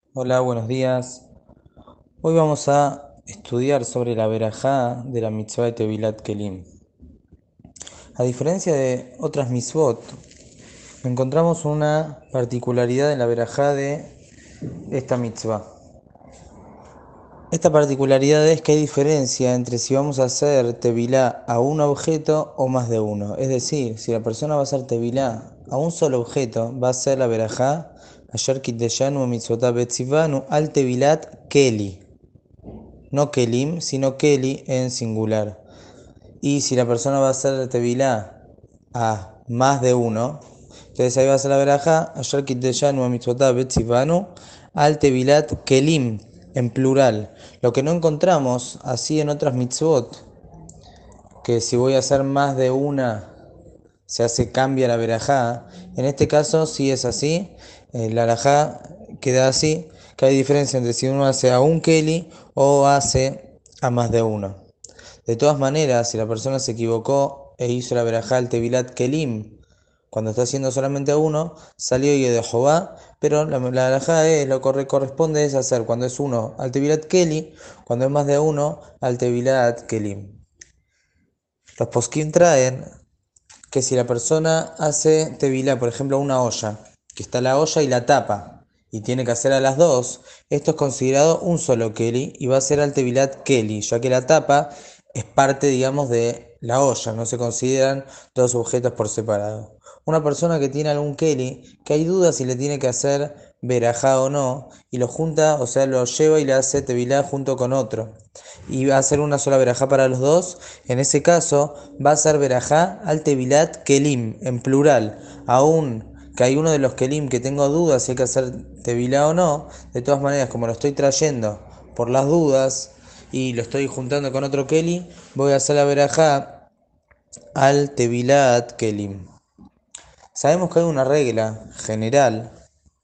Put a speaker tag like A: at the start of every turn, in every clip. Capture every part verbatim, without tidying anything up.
A: Hola, buenos días. Hoy vamos a estudiar sobre la verajá de la mitzvah de Tevilat Kelim. A diferencia de otras mitzvot, encontramos una particularidad en la verajá de esta mitzvah. Esta particularidad es que hay diferencia entre si vamos a hacer tevilá a un objeto o más de uno. Es decir, si la persona va a hacer tevilá a un solo objeto, va a hacer la verajá Asher Kiddeshanu Mitzvotah Betzivanu al Tevilat Keli. No Kelim, sino Keli en singular. Y si la persona va a hacer tevilá a más de uno, entonces ahí va a ser la verajá, Asher Kiddeshanu Mitzvotah Betzivanu al Tevilat Kelim en plural. Lo que no encontramos así en otras mitzvot, que si voy a hacer más de una, se hace cambia la verajá. En este caso sí es así, eh, la verajá queda así, que hay diferencia entre si uno hace a un Keli o hace a más de uno. De todas maneras, si la persona se equivocó e hizo la verajá al Tevilat Kelim, cuando está haciendo solamente a uno, salió y de Jehová, pero la, la verajá es lo que corresponde es hacer cuando es uno al Tevilat Keli, cuando es más de uno al Tevilat Kelim. Los poskim traen que si la persona hace tevilá, por ejemplo, una olla, que está la olla y la tapa, y tiene que hacer a las dos, esto es considerado un solo keli y va a ser al tevilat keli, ya que la tapa es parte, digamos, de la olla, no se consideran dos objetos por separado. Una persona que tiene algún keli, que hay dudas si le tiene que hacer verajá o no, y lo junta, o sea, lo lleva y le hace tevilá junto con otro y va a ser una sola verajá para los dos, en ese caso va a ser verajá al tevilat kelim, en plural. Aún que hay uno de los kelim que tengo dudas si hay que hacer tevilá o no, de todas maneras, como lo estoy trayendo por las dudas y lo estoy juntando con otro keli, voy a hacer la verajá al tevilat kelim. Sabemos que hay una regla general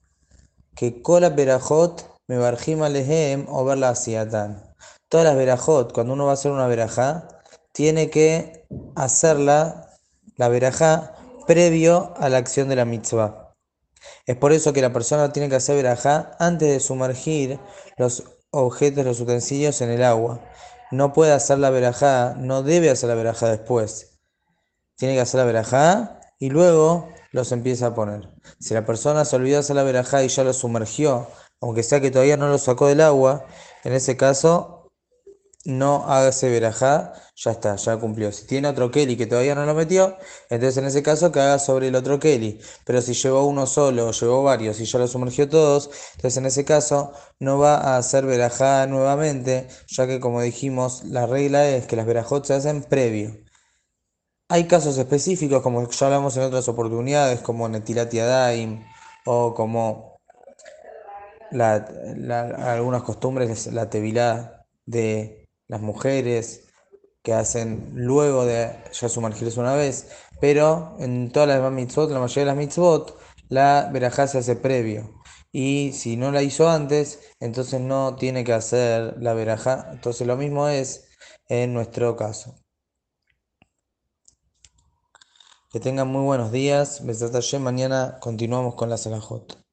A: que kola berajot me barjim alehem o verla asiatan. Todas las berajot, cuando uno va a hacer una verajá, tiene que hacerla, la verajá, previo a la acción de la mitzvah. Es por eso que la persona tiene que hacer verajá antes de sumergir los objetos, los utensilios en el agua. No puede hacer la verajá, no debe hacer la verajá después. Tiene que hacer la verajá y luego los empieza a poner. Si la persona se olvidó de hacer la verajá y ya lo sumergió, aunque sea que todavía no lo sacó del agua, en ese caso no hace verajá, ya está, ya cumplió. Si tiene otro keli que todavía no lo metió, entonces en ese caso que haga sobre el otro keli. Pero si llevó uno solo o llevó varios y ya lo sumergió todos, entonces en ese caso no va a hacer verajá nuevamente, ya que como dijimos, la regla es que las verajot se hacen previo. Hay casos específicos, como ya hablamos en otras oportunidades, como Netilat Yadayim, o como la, la- algunas costumbres, la tevilá de las mujeres que hacen luego de ya sumergirse una vez, pero en todas las demás mitzvot, la mayoría de las mitzvot, la verajá se hace previo. Y si no la hizo antes, entonces no tiene que hacer la verajá. Entonces lo mismo es en nuestro caso. Que tengan muy buenos días. Besat Hashem. Mañana continuamos con la Selajot.